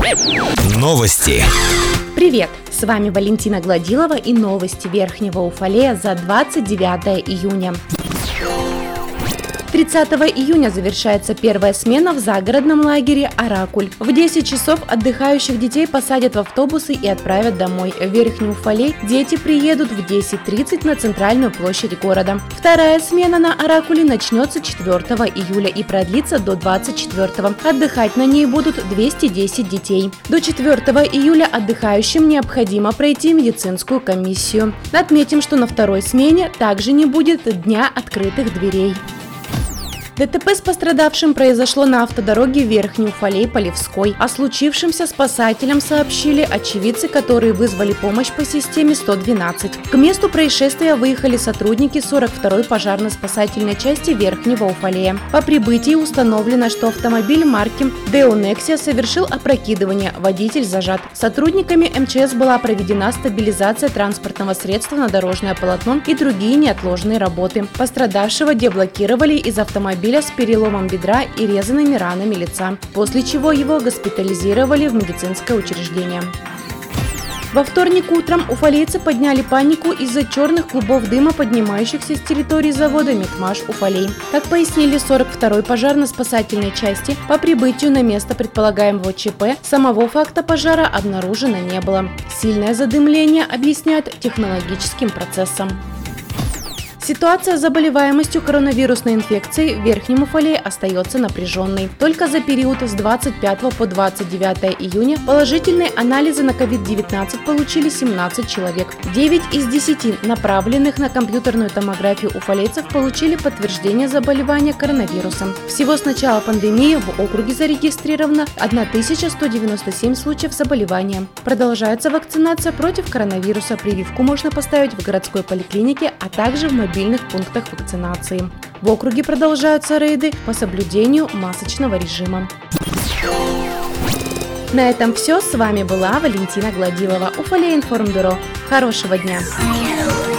Новости. Привет! С вами Валентина Гладилова и новости Верхнего Уфалея за 29 июня. 30 июня завершается первая смена в загородном лагере «Оракуль». В 10 часов отдыхающих детей посадят в автобусы и отправят домой. В Верхний Уфалей дети приедут в 10:30 на центральную площадь города. Вторая смена на «Оракуле» начнется 4 июля и продлится до 24. Отдыхать на ней будут 210 детей. До 4 июля отдыхающим необходимо пройти медицинскую комиссию. Отметим, что на второй смене также не будет дня открытых дверей. ДТП с пострадавшим произошло на автодороге Верхний Уфалей-Полевской. О случившемся спасателям сообщили очевидцы, которые вызвали помощь по системе 112. К месту происшествия выехали сотрудники 42-й пожарно-спасательной части Верхнего Уфалея. По прибытии установлено, что автомобиль марки Deo Nexia совершил опрокидывание, водитель зажат. Сотрудниками МЧС была проведена стабилизация транспортного средства на дорожное полотно и другие неотложные работы. Пострадавшего деблокировали из автомобиля с переломом бедра и резаными ранами лица, после чего его госпитализировали в медицинское учреждение. Во вторник утром уфалейцы подняли панику из-за черных клубов дыма, поднимающихся с территории завода «Метмаш Уфалей». Как пояснили 42-й пожарно-спасательной части, по прибытию на место предполагаемого ЧП самого факта пожара обнаружено не было. Сильное задымление объясняют технологическим процессом. Ситуация с заболеваемостью коронавирусной инфекцией в Верхнем Уфалее остается напряженной. Только за период с 25 по 29 июня положительные анализы на COVID-19 получили 17 человек. 9 из 10 направленных на компьютерную томографию уфалейцев получили подтверждение заболевания коронавирусом. Всего с начала пандемии в округе зарегистрировано 1197 случаев заболевания. Продолжается вакцинация против коронавируса. Прививку можно поставить в городской поликлинике, а также в мобильных пунктах вакцинации. В округе продолжаются рейды по соблюдению масочного режима. На этом все. С вами была Валентина Гладилова, Уфалей информбюро. Хорошего дня!